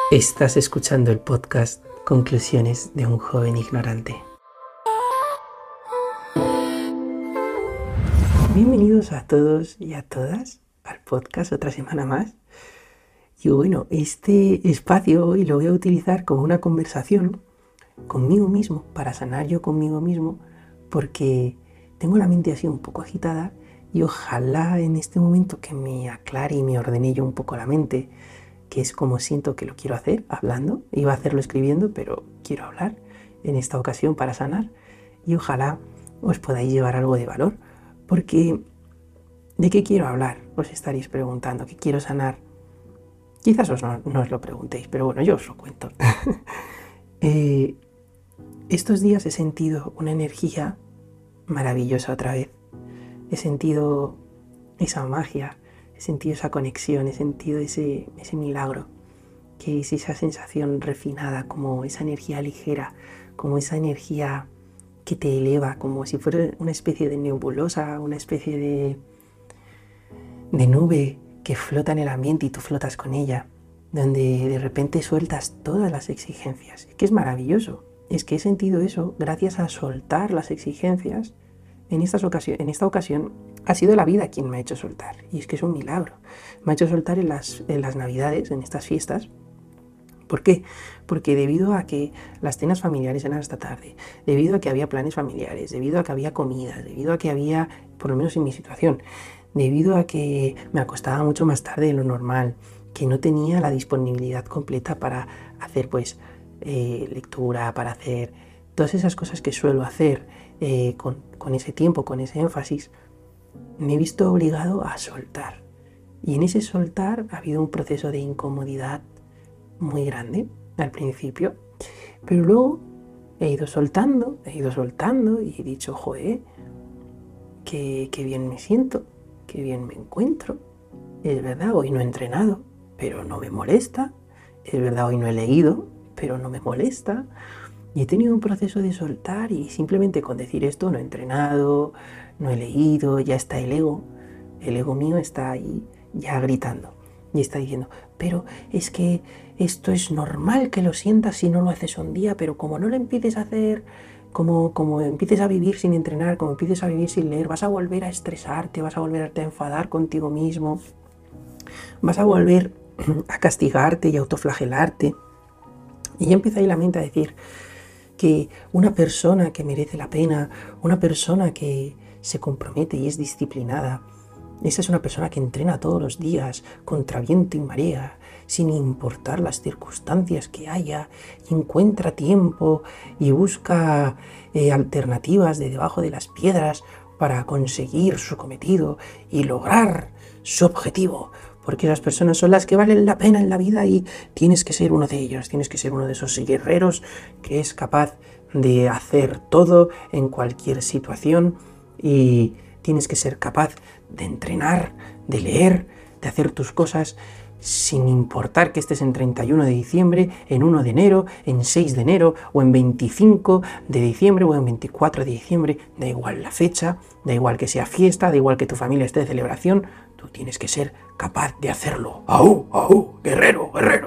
Estás escuchando el podcast Conclusiones de un joven ignorante. Bienvenidos a todos y a todas al podcast otra semana más. Y bueno, este espacio hoy lo voy a utilizar como una conversación conmigo mismo, para sanar yo conmigo mismo, porque tengo la mente así un poco agitada y ojalá en este momento que me aclare y me ordene yo un poco la mente, que es como siento que lo quiero hacer, hablando. Iba a hacerlo escribiendo, pero quiero hablar en esta ocasión para sanar y ojalá os podáis llevar algo de valor, porque ¿de qué quiero hablar? Os estaréis preguntando, ¿qué quiero sanar? Quizás no os lo preguntéis, pero bueno, yo os lo cuento. Estos días he sentido una energía maravillosa otra vez. He sentido esa magia, he sentido esa conexión, he sentido ese milagro, que es esa sensación refinada, como esa energía ligera, como esa energía que te eleva, como si fuera una especie de nebulosa, una especie de nube que flota en el ambiente y tú flotas con ella, donde de repente sueltas todas las exigencias. Es que es maravilloso. Es que he sentido eso gracias a soltar las exigencias. En esta ocasión ha sido la vida quien me ha hecho soltar. Y es que es un milagro. Me ha hecho soltar en las Navidades, en estas fiestas. ¿Por qué? Porque debido a que las cenas familiares eran hasta tarde, debido a que había planes familiares, debido a que había comidas, debido a que había, por lo menos en mi situación, debido a que me acostaba mucho más tarde de lo normal, que no tenía la disponibilidad completa para hacer lectura, para hacer todas esas cosas que suelo hacer con ese tiempo, con ese énfasis, me he visto obligado a soltar. Y en ese soltar ha habido un proceso de incomodidad muy grande al principio, pero luego he ido soltando y he dicho, joder, qué bien me siento, qué bien me encuentro. Es verdad, hoy no he entrenado, pero no me molesta. Es verdad, hoy no he leído, pero no me molesta. Y he tenido un proceso de soltar y simplemente con decir esto, no he entrenado, no he leído, ya está el ego mío está ahí ya gritando y está diciendo, pero es que esto es normal que lo sientas si no lo haces un día, pero como no lo empieces a hacer, como empieces a vivir sin entrenar, como empieces a vivir sin leer, vas a volver a estresarte, vas a volver a enfadar contigo mismo, vas a volver a castigarte y autoflagelarte. Y ya empieza ahí la mente a decir que una persona que merece la pena, una persona que se compromete y es disciplinada, esa es una persona que entrena todos los días, contra viento y marea, sin importar las circunstancias que haya, y encuentra tiempo y busca alternativas de debajo de las piedras para conseguir su cometido y lograr su objetivo. Porque esas personas son las que valen la pena en la vida y tienes que ser uno de ellos, tienes que ser uno de esos guerreros que es capaz de hacer todo en cualquier situación y tienes que ser capaz de entrenar, de leer, de hacer tus cosas sin importar que estés en 31 de diciembre, en 1 de enero, en 6 de enero o en 25 de diciembre o en 24 de diciembre, da igual la fecha, da igual que sea fiesta, da igual que tu familia esté de celebración, tú tienes que ser capaz de hacerlo. ¡Aú, aú, guerrero, guerrero!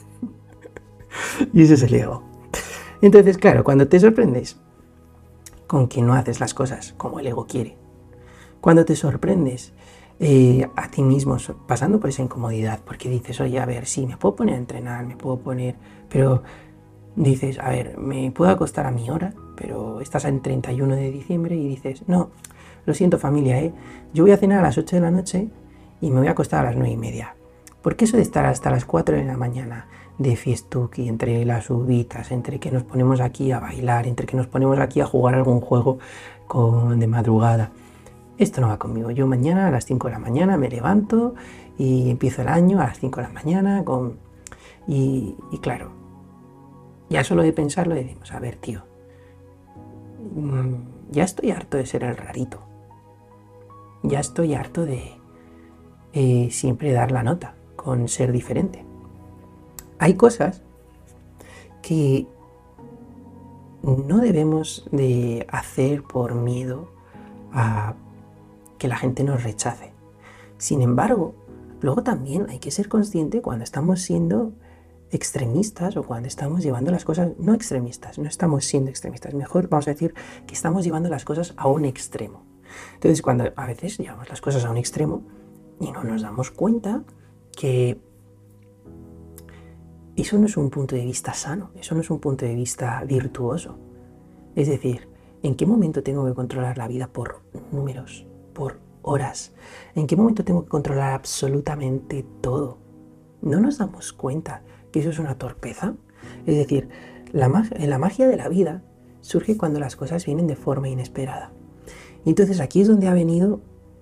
Y ese es el ego. Entonces, claro, cuando te sorprendes con que no haces las cosas como el ego quiere, cuando te sorprendes a ti mismo pasando por esa incomodidad, porque dices, oye, a ver, sí, me puedo poner a entrenar, me puedo poner, pero dices, a ver, me puedo acostar a mi hora, pero estás en 31 de diciembre y dices, no, lo siento familia, yo voy a cenar a las 8 de la noche y me voy a acostar a las 9:30. Porque eso de estar hasta las 4 de la mañana de fiestuki, entre las uvitas, entre que nos ponemos aquí a bailar, entre que nos ponemos aquí a jugar algún juego de madrugada, esto no va conmigo. Yo mañana a las 5 de la mañana me levanto y empiezo el año a las 5 de la mañana y claro, ya solo de pensarlo decimos, a ver tío, ya estoy harto de ser el rarito, ya estoy harto de siempre dar la nota con ser diferente. Hay cosas que no debemos de hacer por miedo a que la gente nos rechace. Sin embargo, luego también hay que ser consciente cuando estamos siendo extremistas o cuando estamos llevando las cosas, no extremistas, no estamos siendo extremistas, mejor vamos a decir que estamos llevando las cosas a un extremo. Entonces, cuando a veces llevamos las cosas a un extremo y no nos damos cuenta que eso no es un punto de vista sano, eso no es un punto de vista virtuoso. Es decir, ¿en qué momento tengo que controlar la vida por números, por horas? ¿En qué momento tengo que controlar absolutamente todo? ¿No nos damos cuenta que eso es una torpeza? Es decir, la magia de la vida surge cuando las cosas vienen de forma inesperada. Y entonces aquí es donde ha venido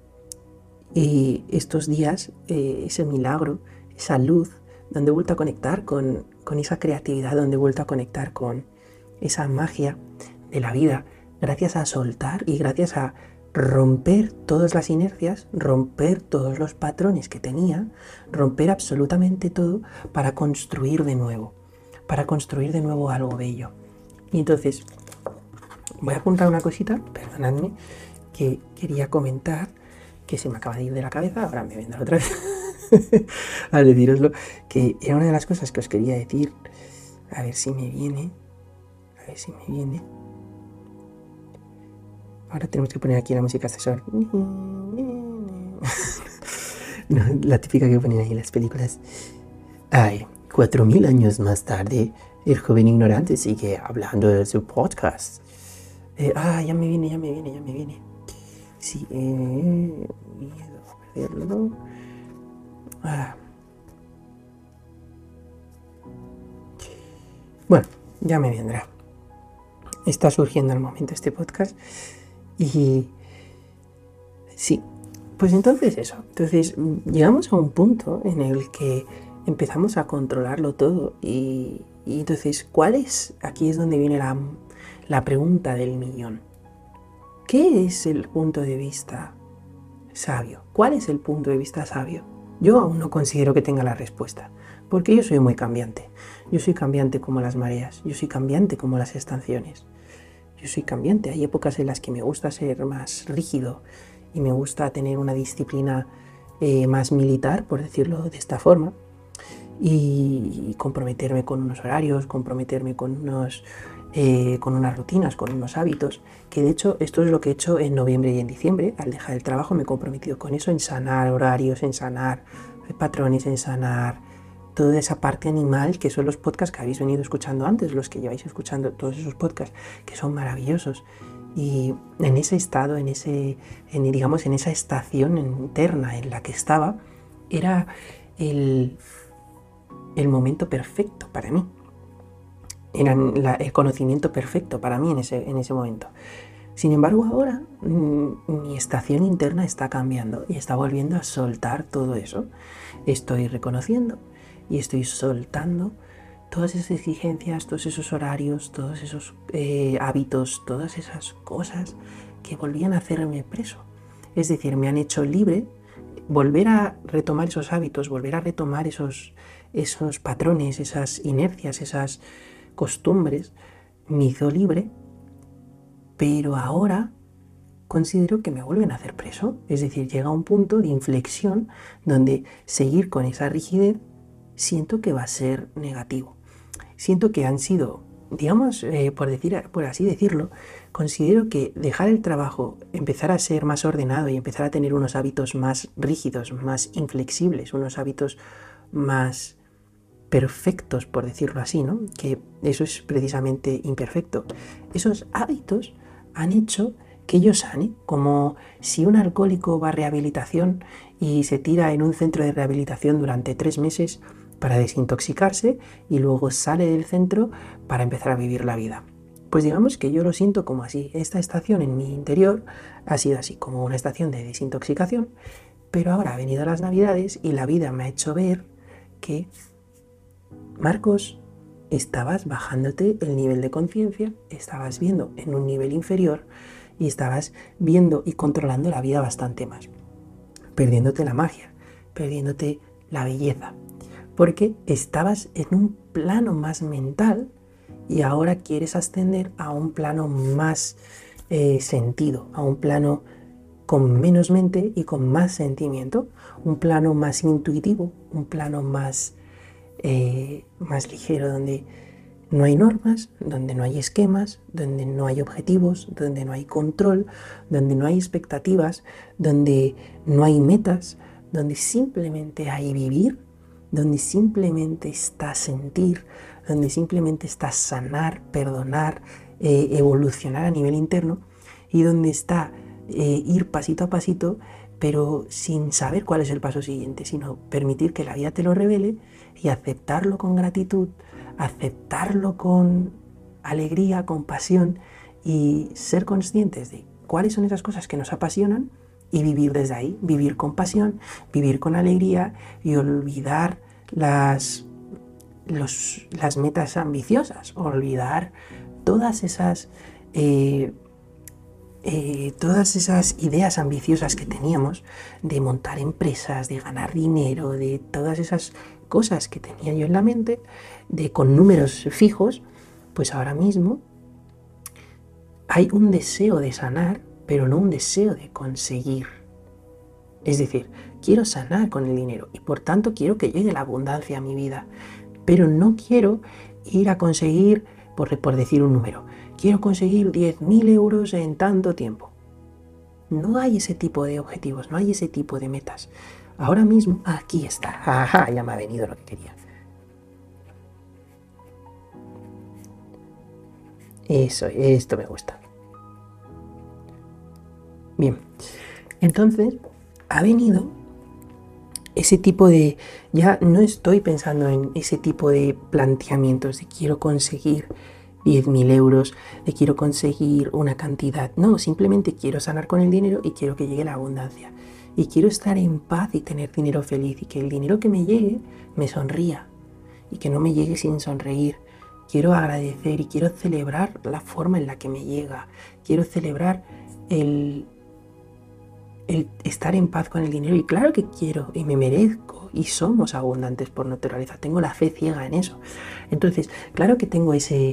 estos días ese milagro, esa luz, donde he vuelto a conectar con esa creatividad, donde he vuelto a conectar con esa magia de la vida, gracias a soltar y gracias a romper todas las inercias, romper todos los patrones que tenía, romper absolutamente todo para construir de nuevo algo bello. Y entonces, voy a apuntar una cosita, perdonadme, que quería comentar, que se me acaba de ir de la cabeza, ahora me vendrá otra vez a deciroslo, que era una de las cosas que os quería decir, a ver si me viene. Ahora tenemos que poner aquí la música ascensor. No, la típica que ponen ahí en las películas. Ay, 4000 años más tarde, el joven ignorante sigue hablando de su podcast. Ya me viene. Sí, miedo a perderlo. Bueno, ya me vendrá. Está surgiendo al momento este podcast. Y sí, pues entonces eso. Entonces llegamos a un punto en el que empezamos a controlarlo todo. Y entonces, aquí es donde viene la pregunta del millón. ¿Qué es el punto de vista sabio? ¿Cuál es el punto de vista sabio? Yo aún no considero que tenga la respuesta, porque yo soy muy cambiante. Yo soy cambiante como las mareas, yo soy cambiante como las estaciones. Yo soy cambiante. Hay épocas en las que me gusta ser más rígido y me gusta tener una disciplina más militar, por decirlo de esta forma, y comprometerme con unos horarios, comprometerme con unas rutinas, con unos hábitos, que de hecho esto es lo que he hecho en noviembre y en diciembre. Al dejar el trabajo me he comprometido con eso, en sanar horarios, en sanar patrones, en sanar toda esa parte animal, que son los podcasts que habéis venido escuchando antes, los que lleváis escuchando todos esos podcasts, que son maravillosos. Y en ese estado, en esa estación interna en la que estaba, era el momento perfecto para mí. Era el conocimiento perfecto para mí en ese momento. Sin embargo, ahora mi estación interna está cambiando y está volviendo a soltar todo eso. Estoy reconociendo y estoy soltando todas esas exigencias, todos esos horarios, todos esos hábitos, todas esas cosas que volvían a hacerme preso. Es decir, me han hecho libre. Volver a retomar esos hábitos, volver a retomar esos patrones, esas inercias, esas costumbres, me hizo libre, pero ahora considero que me vuelven a hacer preso. Es decir, llega un punto de inflexión donde seguir con esa rigidez siento que va a ser negativo. Siento que han sido, digamos, por así decirlo, considero que dejar el trabajo, empezar a ser más ordenado y empezar a tener unos hábitos más rígidos, más inflexibles, unos hábitos más perfectos, por decirlo así, ¿no? Que eso es precisamente imperfecto. Esos hábitos han hecho que yo sane, como si un alcohólico va a rehabilitación y se tira en un centro de rehabilitación durante 3 meses para desintoxicarse y luego sale del centro para empezar a vivir la vida. Pues digamos que yo lo siento como así. Esta estación en mi interior ha sido así, como una estación de desintoxicación, pero ahora ha venido las Navidades y la vida me ha hecho ver que, Marcos, estabas bajándote el nivel de conciencia, estabas viendo en un nivel inferior y estabas viendo y controlando la vida bastante más, perdiéndote la magia, perdiéndote la belleza, porque estabas en un plano más mental y ahora quieres ascender a un plano más sentido, a un plano con menos mente y con más sentimiento, un plano más intuitivo, un plano más más ligero, donde no hay normas, donde no hay esquemas, donde no hay objetivos, donde no hay control, donde no hay expectativas, donde no hay metas, donde simplemente hay vivir, donde simplemente está sentir, donde simplemente está sanar, perdonar, evolucionar a nivel interno, y donde está ir pasito a pasito, pero sin saber cuál es el paso siguiente, sino permitir que la vida te lo revele y aceptarlo con gratitud, aceptarlo con alegría, con pasión, y ser conscientes de cuáles son esas cosas que nos apasionan y vivir desde ahí, vivir con pasión, vivir con alegría y olvidar las metas ambiciosas, olvidar todas esas ideas ambiciosas que teníamos de montar empresas, de ganar dinero, de todas esas cosas que tenía yo en la mente, con números fijos. Pues ahora mismo hay un deseo de sanar, pero no un deseo de conseguir. Es decir, quiero sanar con el dinero y por tanto quiero que llegue la abundancia a mi vida, pero no quiero ir a conseguir, por decir un número, quiero conseguir 10.000 euros en tanto tiempo. No hay ese tipo de objetivos, no hay ese tipo de metas. Ahora mismo, aquí está. Ajá, ya me ha venido lo que quería. Esto me gusta. Bien, entonces ha venido ese tipo de... Ya no estoy pensando en ese tipo de planteamientos de quiero conseguir 10.000 euros, de quiero conseguir una cantidad. No, simplemente quiero sanar con el dinero y quiero que llegue la abundancia. Y quiero estar en paz y tener dinero feliz y que el dinero que me llegue me sonría y que no me llegue sin sonreír. Quiero agradecer y quiero celebrar la forma en la que me llega. Quiero celebrar el estar en paz con el dinero. Y claro que quiero y me merezco y somos abundantes por naturaleza. Tengo la fe ciega en eso. Entonces, claro que tengo esas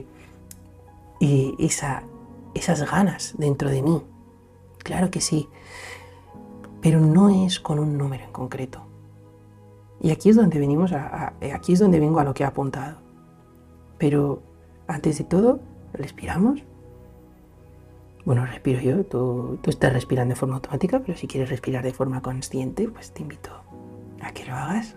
ganas dentro de mí. Claro que sí. Pero no es con un número en concreto. Y aquí es donde aquí es donde vengo a lo que he apuntado. Pero antes de todo, respiramos. Bueno, respiro yo, tú estás respirando de forma automática, pero si quieres respirar de forma consciente, pues te invito a que lo hagas.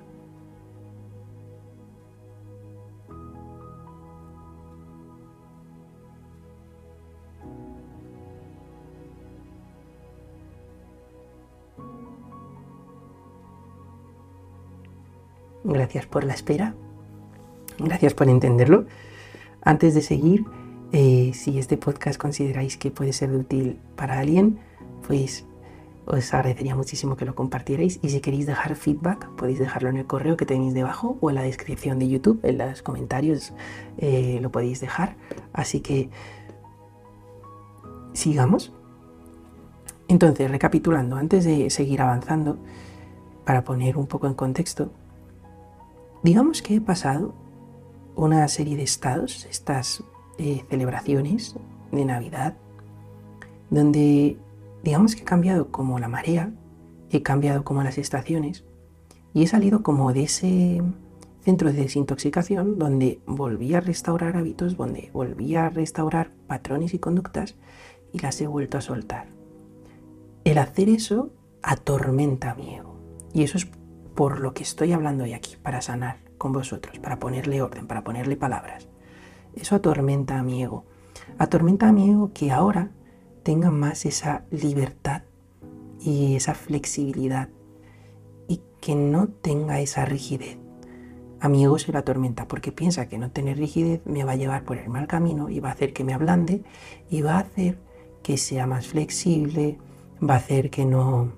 Gracias por la espera, gracias por entenderlo. Antes de seguir, si este podcast consideráis que puede ser de útil para alguien, pues os agradecería muchísimo que lo compartierais, y si queréis dejar feedback podéis dejarlo en el correo que tenéis debajo o en la descripción de YouTube, en los comentarios lo podéis dejar. Así que sigamos. Entonces, recapitulando, antes de seguir avanzando, para poner un poco en contexto, digamos que he pasado una serie de estados, estas celebraciones de Navidad, donde digamos que he cambiado como la marea, he cambiado como las estaciones, y he salido como de ese centro de desintoxicación donde volví a restaurar hábitos, donde volví a restaurar patrones y conductas, y las he vuelto a soltar. El hacer eso atormenta mi ego, y eso es por lo que estoy hablando hoy aquí, para sanar con vosotros, para ponerle orden, para ponerle palabras. Eso atormenta a mi ego. Atormenta a mi ego que ahora tenga más esa libertad y esa flexibilidad y que no tenga esa rigidez. A mi ego se la atormenta porque piensa que no tener rigidez me va a llevar por el mal camino y va a hacer que me ablande y va a hacer que sea más flexible, va a hacer que no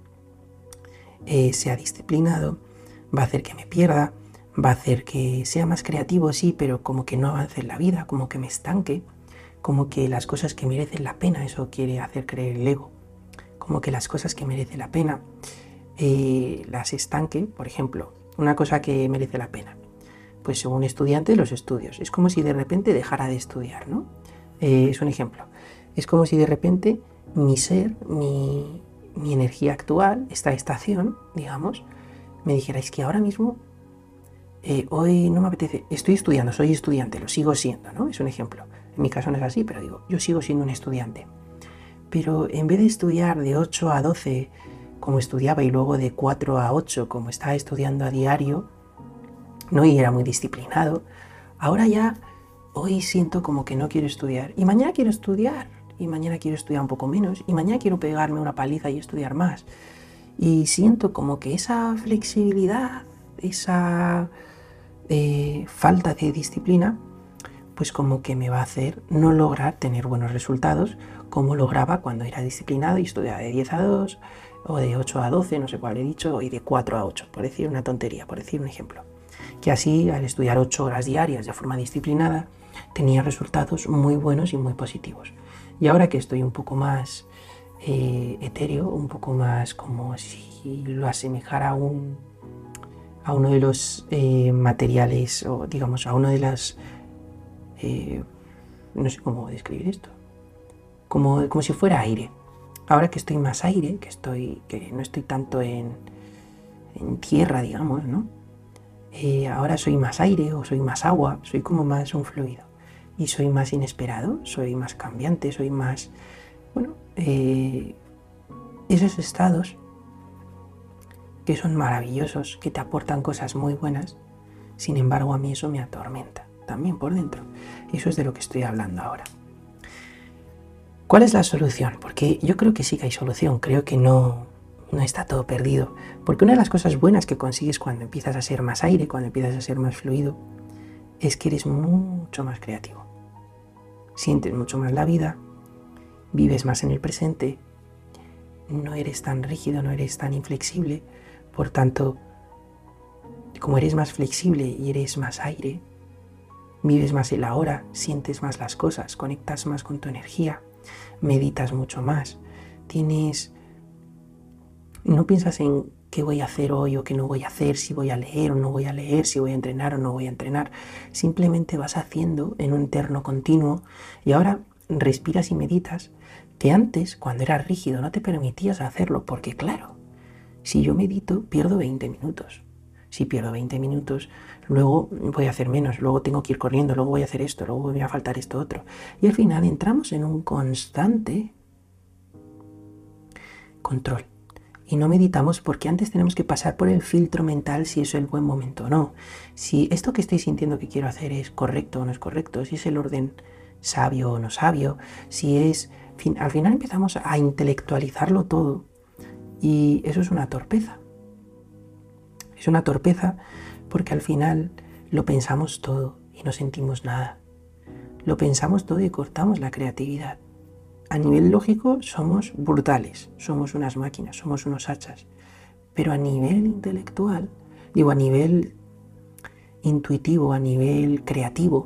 sea disciplinado, va a hacer que me pierda, va a hacer que sea más creativo, sí, pero como que no avance en la vida, como que me estanque, como que las cosas que merecen la pena, eso quiere hacer creer el ego, como que las cosas que merecen la pena las estanque. Por ejemplo, una cosa que merece la pena, pues según un estudiante, los estudios. Es como si de repente dejara de estudiar, ¿no? Es un ejemplo. Es como si de repente mi ser, mi energía actual, esta estación, digamos, me dijerais que ahora mismo hoy no me apetece, estoy estudiando, soy estudiante, lo sigo siendo, ¿no? Es un ejemplo. En mi caso no es así, pero digo, yo sigo siendo un estudiante. Pero en vez de estudiar de 8 a 12 como estudiaba y luego de 4 a 8 como estaba estudiando a diario, ¿no? Y era muy disciplinado, ahora ya hoy siento como que no quiero estudiar y mañana quiero estudiar y mañana quiero estudiar un poco menos y mañana quiero pegarme una paliza y estudiar más. Y siento como que esa flexibilidad, esa falta de disciplina, pues como que me va a hacer no lograr tener buenos resultados como lograba cuando era disciplinado y estudiaba de 10 a 2 o de 8 a 12, no sé cuál he dicho, y de 4 a 8, por decir una tontería, por decir un ejemplo. Que así, al estudiar 8 horas diarias de forma disciplinada, tenía resultados muy buenos y muy positivos. Y ahora que estoy un poco más etéreo, un poco más como si lo asemejara a uno de los materiales, o digamos, a uno de las... no sé cómo describir esto. Como si fuera aire. Ahora que estoy más aire, que no estoy tanto en tierra, digamos, ¿no? Ahora soy más aire o soy más agua, soy como más un fluido. Y soy más inesperado, soy más cambiante, soy más... Bueno, esos estados que son maravillosos, que te aportan cosas muy buenas, sin embargo a mí eso me atormenta, también por dentro. Eso es de lo que estoy hablando ahora. ¿Cuál es la solución? Porque yo creo que sí que hay solución, creo que no está todo perdido. Porque una de las cosas buenas que consigues cuando empiezas a ser más aire, cuando empiezas a ser más fluido, es que eres mucho más creativo. Sientes mucho más la vida, vives más en el presente, no eres tan rígido, no eres tan inflexible. Por tanto, como eres más flexible y eres más aire, vives más el ahora, sientes más las cosas, conectas más con tu energía, meditas mucho más, no piensas en qué voy a hacer hoy o qué no voy a hacer, si voy a leer o no voy a leer, si voy a entrenar o no voy a entrenar. Simplemente vas haciendo en un eterno continuo y ahora respiras y meditas que antes, cuando eras rígido, no te permitías hacerlo porque claro, si yo medito pierdo 20 minutos. Si pierdo 20 minutos, luego voy a hacer menos, luego tengo que ir corriendo, luego voy a hacer esto, luego me va a faltar esto otro. Y al final entramos en un constante control. Y no meditamos porque antes tenemos que pasar por el filtro mental si es el buen momento o no. Si esto que estoy sintiendo que quiero hacer es correcto o no es correcto, si es el orden sabio o no sabio, si es... Al final empezamos a intelectualizarlo todo y eso es una torpeza. Es una torpeza porque al final lo pensamos todo y no sentimos nada. Lo pensamos todo y cortamos la creatividad. A nivel lógico somos brutales, somos unas máquinas, somos unos hachas. Pero a nivel intelectual, digo a nivel intuitivo, a nivel creativo,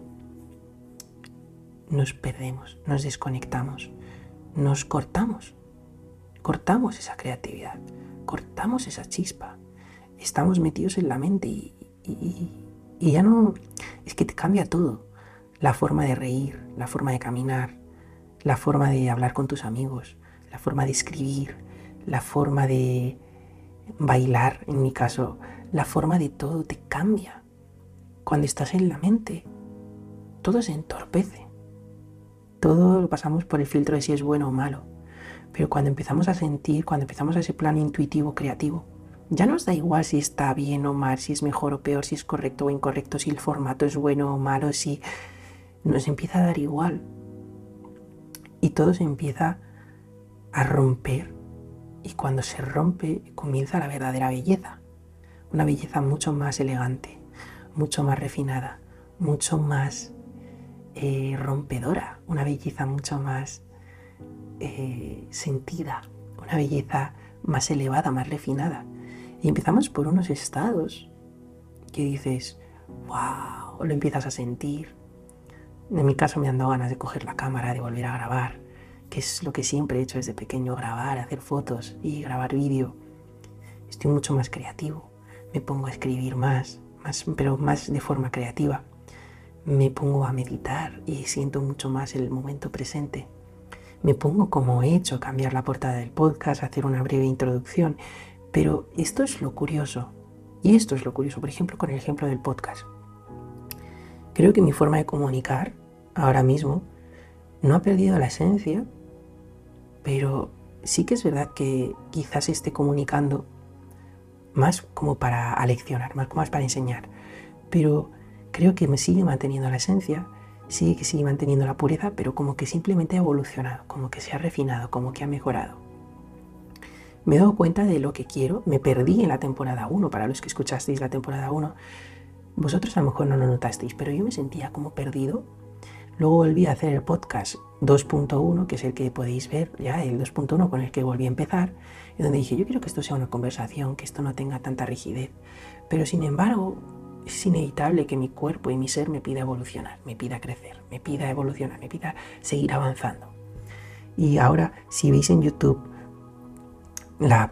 nos perdemos, nos desconectamos, nos cortamos. Cortamos esa creatividad, cortamos esa chispa. Estamos metidos en la mente y ya no... Es que te cambia todo. La forma de reír, la forma de caminar, la forma de hablar con tus amigos, la forma de escribir, la forma de bailar, en mi caso, la forma de todo te cambia. Cuando estás en la mente, todo se entorpece. Todo lo pasamos por el filtro de si es bueno o malo. Pero cuando empezamos a sentir, cuando empezamos a ese plan intuitivo, creativo, ya nos da igual si está bien o mal, si es mejor o peor, si es correcto o incorrecto, si el formato es bueno o malo, si nos empieza a dar igual. Y todo se empieza a romper. Y cuando se rompe, comienza la verdadera belleza. Una belleza mucho más elegante, mucho más refinada, mucho más rompedora. Una belleza mucho más sentida. Una belleza más elevada, más refinada. Y empezamos por unos estados que dices, wow, lo empiezas a sentir. En mi caso me han dado ganas de coger la cámara, de volver a grabar, que es lo que siempre he hecho desde pequeño, grabar, hacer fotos y grabar vídeo. Estoy mucho más creativo, me pongo a escribir más, pero más de forma creativa. Me pongo a meditar y siento mucho más el momento presente. Me pongo, como he hecho, a cambiar la portada del podcast, a hacer una breve introducción. Pero esto es lo curioso Y esto es lo curioso, por ejemplo, con el ejemplo del podcast. Creo que mi forma de comunicar ahora mismo no ha perdido la esencia, pero sí que es verdad que quizás esté comunicando más como para aleccionar, más para enseñar. Pero creo que me sigue manteniendo la esencia, sigue manteniendo la pureza, pero como que simplemente ha evolucionado, como que se ha refinado, como que ha mejorado. Me he dado cuenta de lo que quiero, me perdí en la temporada 1, para los que escuchasteis la temporada 1. Vosotros a lo mejor no lo notasteis, pero yo me sentía como perdido. Luego volví a hacer el podcast 2.1, que es el que podéis ver ya, el 2.1 con el que volví a empezar, y donde dije, yo quiero que esto sea una conversación, que esto no tenga tanta rigidez. Pero sin embargo, es inevitable que mi cuerpo y mi ser me pida evolucionar, me pida crecer, me pida evolucionar, me pida seguir avanzando. Y ahora, si veis en YouTube la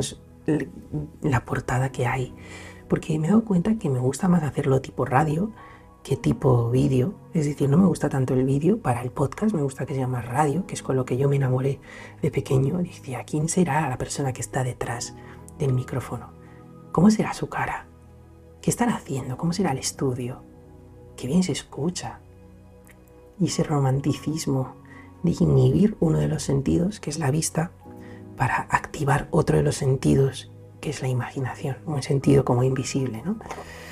portada que hay, porque me he dado cuenta que me gusta más hacerlo tipo radio que tipo vídeo, es decir, no me gusta tanto el vídeo para el podcast, me gusta que se llame radio, que es con lo que yo me enamoré de pequeño. Decía, ¿quién será la persona que está detrás del micrófono? ¿Cómo será su cara? ¿Qué estará haciendo? ¿Cómo será el estudio? Qué bien se escucha. Y ese romanticismo de inhibir uno de los sentidos, que es la vista, para activar otro de los sentidos, que es la imaginación, un sentido como invisible, ¿no?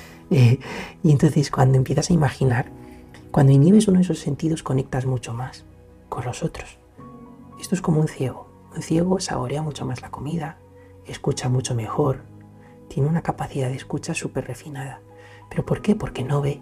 Y entonces cuando empiezas a imaginar, cuando inhibes uno de esos sentidos, conectas mucho más con los otros. Esto es como un ciego. Un ciego saborea mucho más la comida, escucha mucho mejor, tiene una capacidad de escucha súper refinada. ¿Pero por qué? Porque no ve.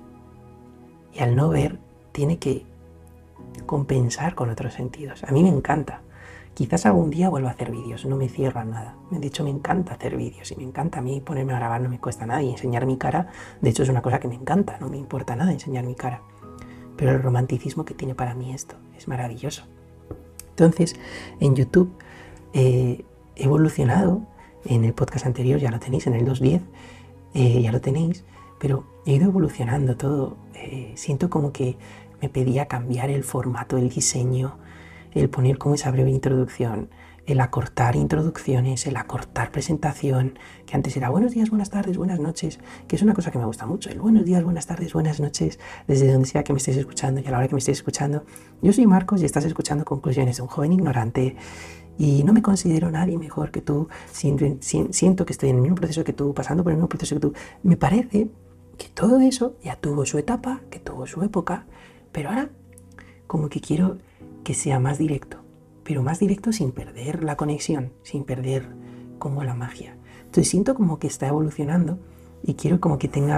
Y al no ver, tiene que compensar con otros sentidos. A mí me encanta. Quizás algún día vuelva a hacer vídeos, no me cierro a nada. De hecho, me encanta hacer vídeos y me encanta a mí ponerme a grabar, no me cuesta nada. Y enseñar mi cara, de hecho, es una cosa que me encanta, no me importa nada enseñar mi cara. Pero el romanticismo que tiene para mí esto es maravilloso. Entonces, en YouTube he evolucionado. En el podcast anterior ya lo tenéis, en el 2.10 ya lo tenéis, pero he ido evolucionando todo. Siento como que me pedía cambiar el formato, el diseño, el poner como esa breve introducción, el acortar introducciones, el acortar presentación, que antes era buenos días, buenas tardes, buenas noches, que es una cosa que me gusta mucho, el buenos días, buenas tardes, buenas noches, desde donde sea que me estés escuchando y a la hora que me estés escuchando. Yo soy Marcos y estás escuchando Conclusiones de un joven ignorante y no me considero nadie mejor que tú, siento que estoy en el mismo proceso que tú, pasando por el mismo proceso que tú. Me parece que todo eso ya tuvo su etapa, que tuvo su época, pero ahora como que quiero que sea más directo, pero más directo sin perder la conexión, sin perder como la magia. Entonces siento como que está evolucionando y quiero como que tenga,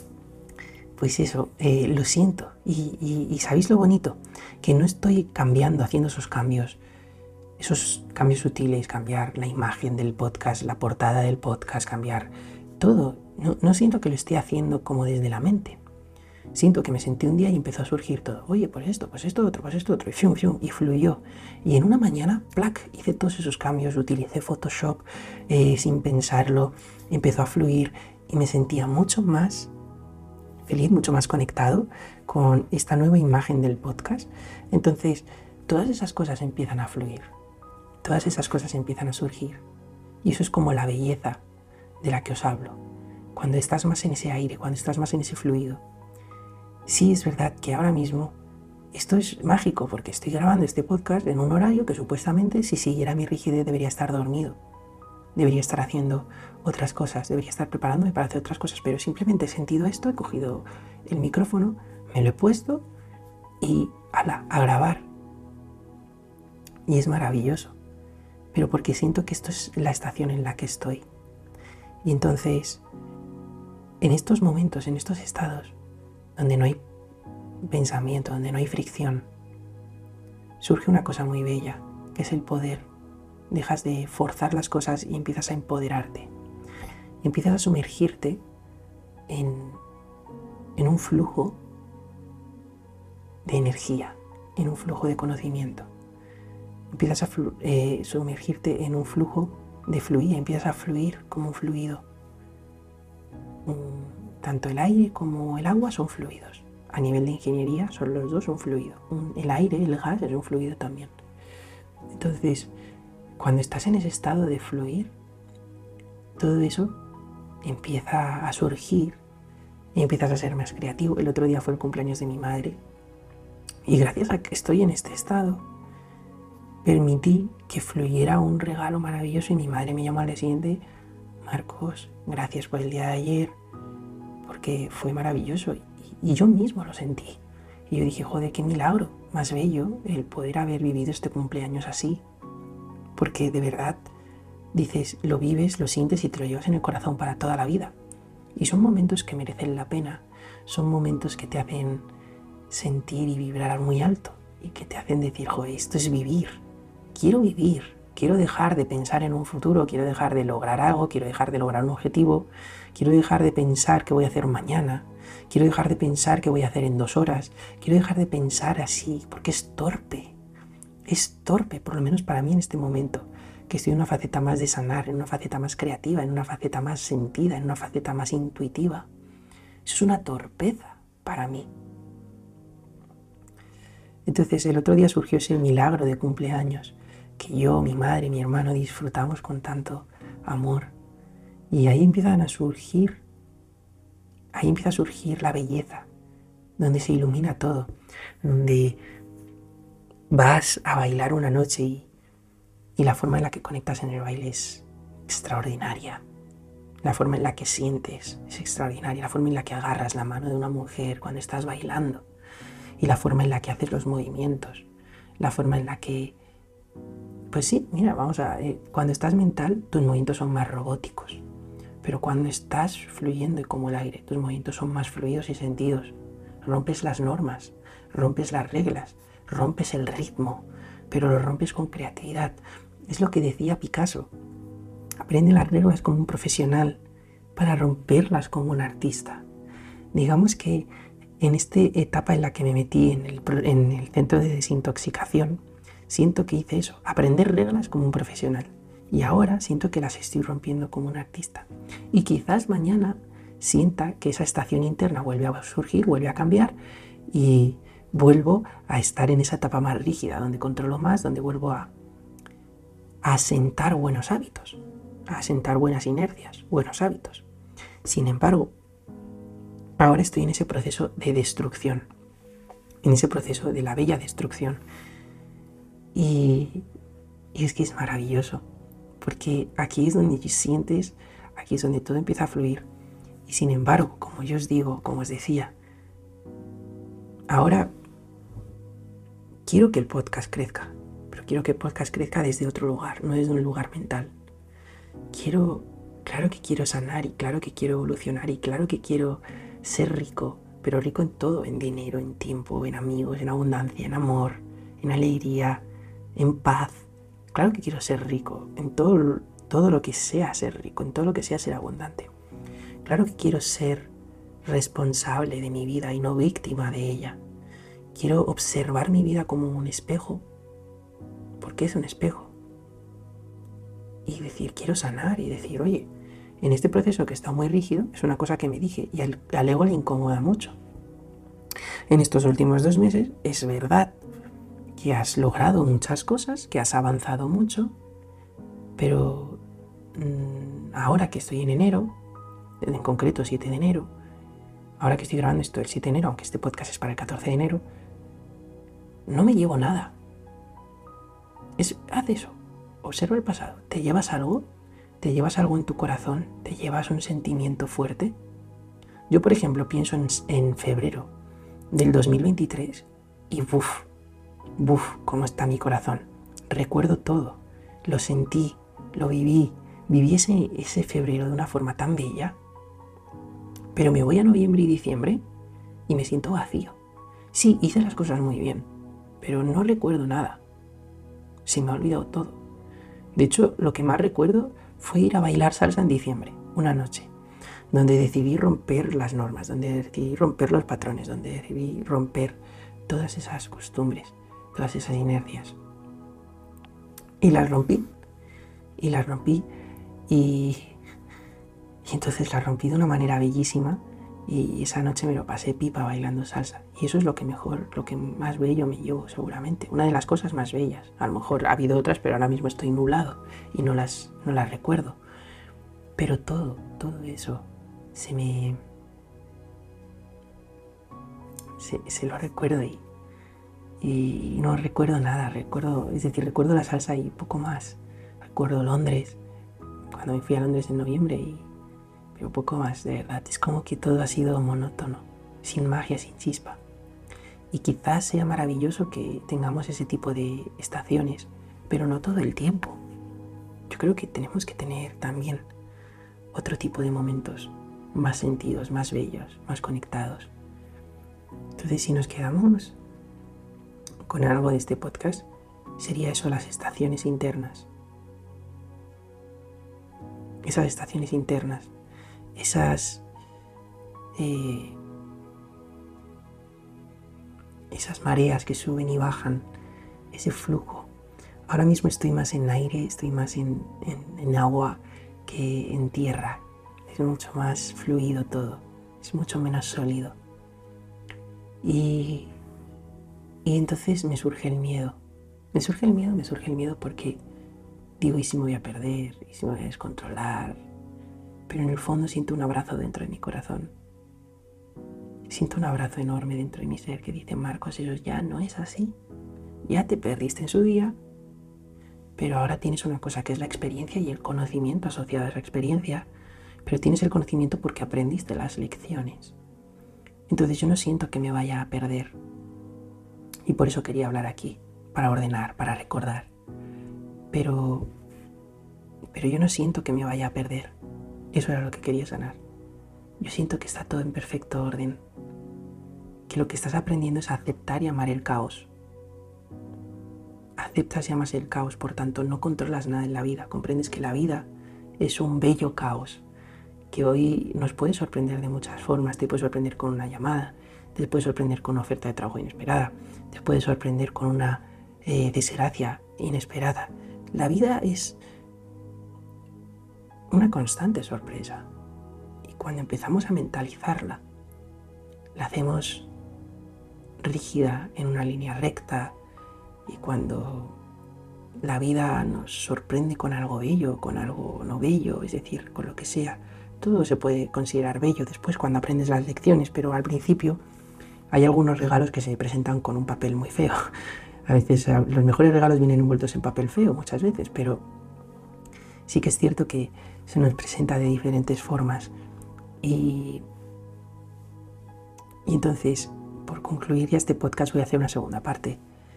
pues eso, lo siento. Y ¿sabéis lo bonito? Que no estoy cambiando, haciendo esos cambios sutiles, cambiar la imagen del podcast, la portada del podcast, cambiar todo. No siento que lo esté haciendo como desde la mente. Siento que me senté un día y empezó a surgir todo. Oye, pues esto otro, y fium, fium, y fluyó. Y en una mañana, ¡plac!, hice todos esos cambios, utilicé Photoshop sin pensarlo, empezó a fluir y me sentía mucho más feliz, mucho más conectado con esta nueva imagen del podcast. Entonces, todas esas cosas empiezan a fluir, todas esas cosas empiezan a surgir. Y eso es como la belleza de la que os hablo. Cuando estás más en ese aire, cuando estás más en ese fluido. Sí, es verdad que ahora mismo esto es mágico porque estoy grabando este podcast en un horario que supuestamente, si siguiera mi rigidez, debería estar dormido. Debería estar haciendo otras cosas, debería estar preparándome para hacer otras cosas, pero simplemente he sentido esto, he cogido el micrófono, me lo he puesto y a grabar. Y es maravilloso, pero porque siento que esto es la estación en la que estoy. Y entonces, en estos momentos, en estos estados, donde no hay pensamiento, donde no hay fricción, surge una cosa muy bella, que es el poder. Dejas de forzar las cosas y empiezas a empoderarte. Y empiezas a sumergirte en un flujo de energía, en un flujo de conocimiento. Empiezas a sumergirte en un flujo de fluir, empiezas a fluir como un fluido. Tanto el aire como el agua son fluidos. A nivel de ingeniería, son los dos un fluido. El aire, el gas, es un fluido también. Entonces, cuando estás en ese estado de fluir, todo eso empieza a surgir y empiezas a ser más creativo. El otro día fue el cumpleaños de mi madre y gracias a que estoy en este estado, permití que fluyera un regalo maravilloso y mi madre me llamó al día siguiente: Marcos, gracias por el día de ayer, porque fue maravilloso. Y yo mismo lo sentí. Y yo dije, joder, qué milagro más bello el poder haber vivido este cumpleaños así. Porque de verdad, dices, lo vives, lo sientes y te lo llevas en el corazón para toda la vida. Y son momentos que merecen la pena. Son momentos que te hacen sentir y vibrar muy alto. Y que te hacen decir, joder, esto es vivir. Quiero vivir. Quiero dejar de pensar en un futuro, quiero dejar de lograr algo, quiero dejar de lograr un objetivo, quiero dejar de pensar qué voy a hacer mañana, quiero dejar de pensar qué voy a hacer en 2 horas, quiero dejar de pensar así, porque es torpe, por lo menos para mí en este momento, que estoy en una faceta más de sanar, en una faceta más creativa, en una faceta más sentida, en una faceta más intuitiva. Eso es una torpeza para mí. Entonces el otro día surgió ese milagro de cumpleaños, que yo, mi madre y mi hermano disfrutamos con tanto amor. Y ahí empieza a surgir la belleza, donde se ilumina todo, donde vas a bailar una noche y la forma en la que conectas en el baile es extraordinaria. La forma en la que sientes es extraordinaria, la forma en la que agarras la mano de una mujer cuando estás bailando y la forma en la que haces los movimientos, la forma en la que... Pues sí, mira, cuando estás mental, tus movimientos son más robóticos. Pero cuando estás fluyendo y como el aire, tus movimientos son más fluidos y sentidos. Rompes las normas, rompes las reglas, rompes el ritmo, pero lo rompes con creatividad. Es lo que decía Picasso. Aprende las reglas como un profesional para romperlas como un artista. Digamos que en esta etapa en la que me metí en el centro de desintoxicación, siento que hice eso, aprender reglas como un profesional. Y ahora siento que las estoy rompiendo como un artista. Y quizás mañana sienta que esa estación interna vuelve a surgir, vuelve a cambiar y vuelvo a estar en esa etapa más rígida, donde controlo más, donde vuelvo a asentar buenos hábitos, a asentar buenas inercias, buenos hábitos. Sin embargo, ahora estoy en ese proceso de destrucción, en ese proceso de la bella destrucción. Y es que es maravilloso, porque aquí es donde sientes, aquí es donde todo empieza a fluir. Y sin embargo, como yo os digo, como os decía, ahora quiero que el podcast crezca, pero quiero que el podcast crezca desde otro lugar, no desde un lugar mental. Claro que quiero sanar y claro que quiero evolucionar y claro que quiero ser rico, pero rico en todo, en dinero, en tiempo, en amigos, en abundancia, en amor, en alegría, en paz. Claro que quiero ser rico en todo lo que sea ser rico, en todo lo que sea ser abundante. Claro que quiero ser responsable de mi vida y no víctima de ella. Quiero observar mi vida como un espejo, porque es un espejo. Y decir, quiero sanar y decir, oye, en este proceso que está muy rígido, es una cosa que me dije y al ego le incomoda mucho. En estos últimos 2 meses es verdad que has logrado muchas cosas, que has avanzado mucho, pero ahora que estoy en enero, en concreto 7 de enero, ahora que estoy grabando esto el 7 de enero, aunque este podcast es para el 14 de enero, no me llevo nada. Haz eso, observa el pasado. ¿Te llevas algo? ¿Te llevas algo en tu corazón? ¿Te llevas un sentimiento fuerte? Yo, por ejemplo, pienso en febrero del 2023 y ¡buf! Cómo está mi corazón. Recuerdo todo, lo sentí, lo viví ese febrero de una forma tan bella, pero me voy a noviembre y diciembre y me siento vacío. Sí, hice las cosas muy bien, pero no recuerdo nada. Se me ha olvidado todo. De hecho, lo que más recuerdo fue ir a bailar salsa en diciembre, una noche, donde decidí romper las normas, donde decidí romper los patrones, donde decidí romper todas esas costumbres, todas esas inercias. Y las rompí. Y entonces las rompí de una manera bellísima y esa noche me lo pasé pipa bailando salsa. Y eso es lo que más bello me llevo seguramente. Una de las cosas más bellas. A lo mejor ha habido otras, pero ahora mismo estoy nublado y no las recuerdo. Pero todo eso se lo recuerdo y no recuerdo nada, recuerdo la salsa y poco más. Recuerdo Londres, cuando me fui a Londres en noviembre, pero poco más, de verdad. Es como que todo ha sido monótono, sin magia, sin chispa. Y quizás sea maravilloso que tengamos ese tipo de estaciones, pero no todo el tiempo. Yo creo que tenemos que tener también otro tipo de momentos, más sentidos, más bellos, más conectados. Entonces, si nos quedamos con algo de este podcast, sería eso, las estaciones internas. Esas estaciones internas, esas mareas que suben y bajan, ese flujo. Ahora mismo estoy más en aire, estoy más en agua que en tierra. Es mucho más fluido todo, es mucho menos sólido. Y entonces me surge el miedo. Me surge el miedo porque digo, ¿y si me voy a perder? ¿Y si me voy a descontrolar? Pero en el fondo siento un abrazo dentro de mi corazón. Siento un abrazo enorme dentro de mi ser que dice, Marcos, eso ya no es así. Ya te perdiste en su día, pero ahora tienes una cosa que es la experiencia y el conocimiento asociado a esa experiencia. Pero tienes el conocimiento porque aprendiste las lecciones. Entonces yo no siento que me vaya a perder. Y por eso quería hablar aquí, para ordenar, para recordar. Pero yo no siento que me vaya a perder. Eso era lo que quería sanar. Yo siento que está todo en perfecto orden. Que lo que estás aprendiendo es a aceptar y amar el caos. Aceptas y amas el caos, por tanto no controlas nada en la vida. Comprendes que la vida es un bello caos que hoy nos puede sorprender de muchas formas. Te puede sorprender con una llamada, te puede sorprender con una oferta de trabajo inesperada, te puede sorprender con una desgracia inesperada. La vida es una constante sorpresa y cuando empezamos a mentalizarla, la hacemos rígida en una línea recta, y cuando la vida nos sorprende con algo bello, con algo no bello, es decir, con lo que sea, todo se puede considerar bello después cuando aprendes las lecciones, pero al principio hay algunos regalos que se presentan con un papel muy feo. A veces los mejores regalos vienen envueltos en papel feo muchas veces, pero sí que es cierto que se nos presenta de diferentes formas. Y entonces, por concluir ya este podcast, voy a hacer una segunda parte.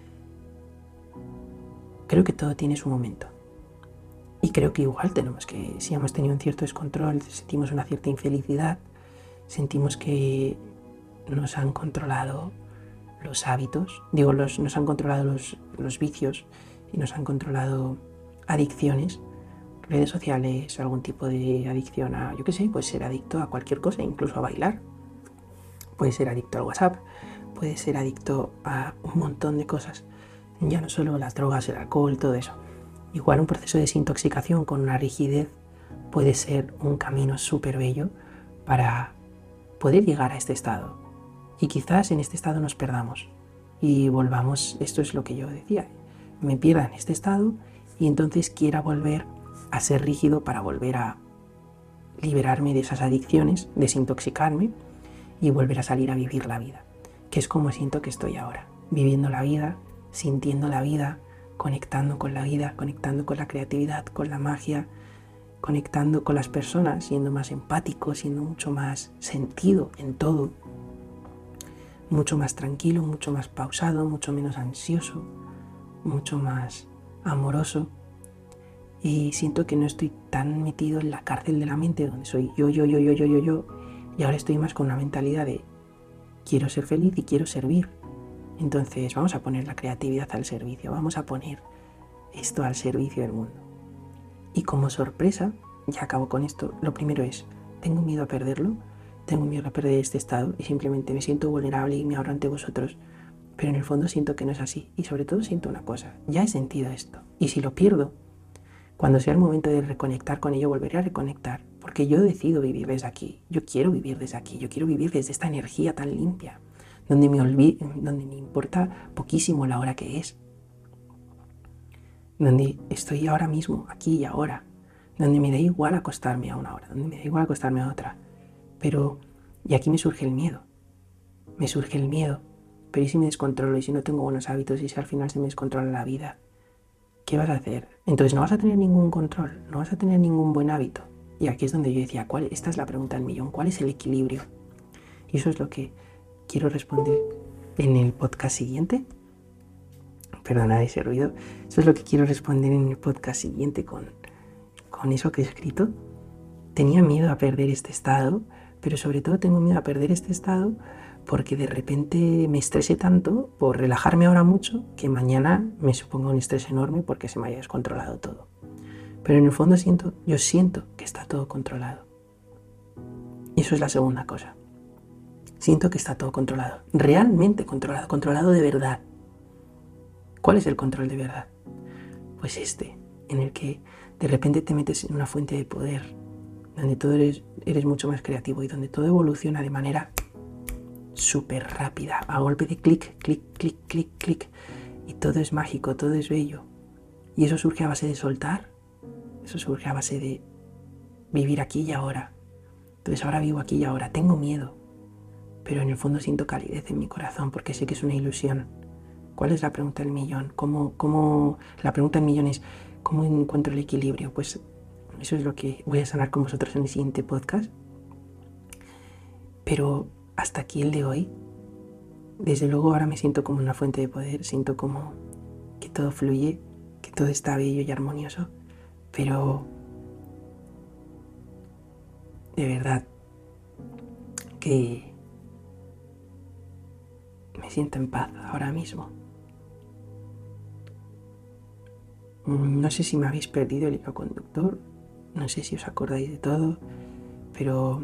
Creo que todo tiene su momento. Y creo que igual tenemos que, si hemos tenido un cierto descontrol, sentimos una cierta infelicidad, sentimos que nos han controlado los hábitos, nos han controlado los vicios y nos han controlado adicciones, redes sociales, algún tipo de adicción a, yo qué sé, puedes ser adicto a cualquier cosa, incluso a bailar, puedes ser adicto al WhatsApp, puedes ser adicto a un montón de cosas, ya no solo las drogas, el alcohol, todo eso. Igual un proceso de desintoxicación con una rigidez puede ser un camino súper bello para poder llegar a este estado. Y quizás en este estado nos perdamos y volvamos, esto es lo que yo decía, me pierda en este estado y entonces quiera volver a ser rígido para volver a liberarme de esas adicciones, desintoxicarme y volver a salir a vivir la vida, que es como siento que estoy ahora, viviendo la vida, sintiendo la vida, conectando con la vida, conectando con la creatividad, con la magia, conectando con las personas, siendo más empático, siendo mucho más sentido en todo, mucho más tranquilo, mucho más pausado, mucho menos ansioso, mucho más amoroso. Y siento que no estoy tan metido en la cárcel de la mente donde soy yo, y ahora estoy más con una mentalidad de quiero ser feliz y quiero servir. Entonces vamos a poner la creatividad al servicio, vamos a poner esto al servicio del mundo. Y como sorpresa, ya acabo con esto, lo primero es, tengo miedo a perderlo, tengo miedo a perder este estado y simplemente me siento vulnerable y me abro ante vosotros, pero en el fondo siento que no es así y sobre todo siento una cosa, ya he sentido esto y si lo pierdo, cuando sea el momento de reconectar con ello volveré a reconectar porque yo decido vivir desde aquí, yo quiero vivir desde aquí, yo quiero vivir desde esta energía tan limpia, donde me importa poquísimo la hora que es, donde estoy ahora mismo, aquí y ahora, donde me da igual acostarme a una hora, donde me da igual acostarme a otra. Pero, y aquí me surge el miedo. Pero ¿y si me descontrolo? ¿Y si no tengo buenos hábitos? ¿Y si al final se me descontrola la vida? ¿Qué vas a hacer? Entonces no vas a tener ningún control, no vas a tener ningún buen hábito. Y aquí es donde yo decía, esta es la pregunta del millón, ¿cuál es el equilibrio? Y eso es lo que quiero responder en el podcast siguiente. Perdonad ese ruido. Eso es lo que quiero responder en el podcast siguiente con eso que he escrito. Tenía miedo a perder este estado, pero sobre todo tengo miedo a perder este estado porque de repente me estresé tanto por relajarme ahora mucho que mañana me suponga un estrés enorme porque se me haya descontrolado todo. Pero en el fondo yo siento que está todo controlado. Y eso es la segunda cosa. Siento que está todo controlado, realmente controlado, controlado de verdad. ¿Cuál es el control de verdad? Pues en el que de repente te metes en una fuente de poder, donde todo eres mucho más creativo y donde todo evoluciona de manera súper rápida, a golpe de clic, clic, clic, clic, clic, y todo es mágico, todo es bello. Y eso surge a base de soltar, eso surge a base de vivir aquí y ahora. Entonces ahora vivo aquí y ahora, tengo miedo, pero en el fondo siento calidez en mi corazón porque sé que es una ilusión. ¿Cuál es la pregunta del millón? La pregunta del millón es, ¿cómo encuentro el equilibrio? Pues eso es lo que voy a sanar con vosotros en el siguiente podcast. Pero hasta aquí el de hoy. Desde luego ahora me siento como una fuente de poder, siento como que todo fluye, que todo está bello y armonioso, pero de verdad que me siento en paz ahora mismo. No sé si me habéis perdido el hilo conductor, no sé si os acordáis de todo, pero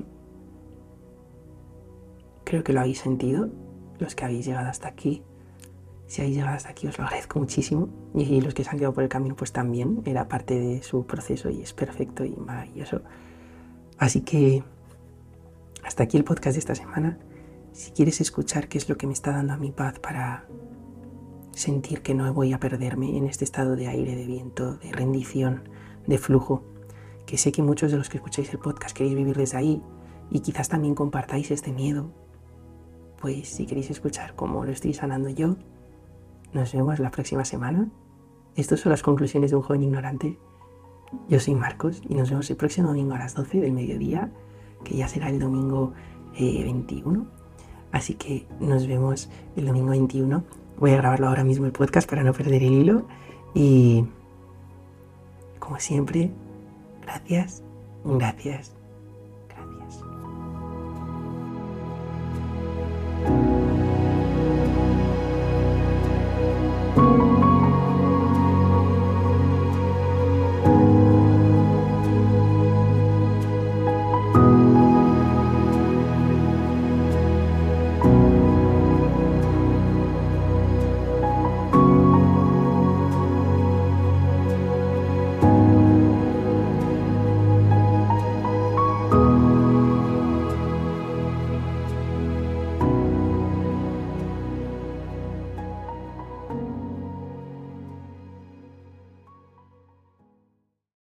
creo que lo habéis sentido, los que habéis llegado hasta aquí. Si habéis llegado hasta aquí os lo agradezco muchísimo, y los que se han quedado por el camino pues también, era parte de su proceso y es perfecto y maravilloso. Así que hasta aquí el podcast de esta semana. Si quieres escuchar qué es lo que me está dando a mi paz para sentir que no voy a perderme en este estado de aire, de viento, de rendición, de flujo, que sé que muchos de los que escucháis el podcast queréis vivir desde ahí y quizás también compartáis este miedo, pues si queréis escuchar cómo lo estoy sanando yo, nos vemos la próxima semana. Estas son las conclusiones de un joven ignorante. Yo soy Marcos y nos vemos el próximo domingo a las 12 del mediodía, que ya será el domingo 21. Así que nos vemos el domingo 21. Voy a grabarlo ahora mismo el podcast para no perder el hilo. Y como siempre, gracias, gracias.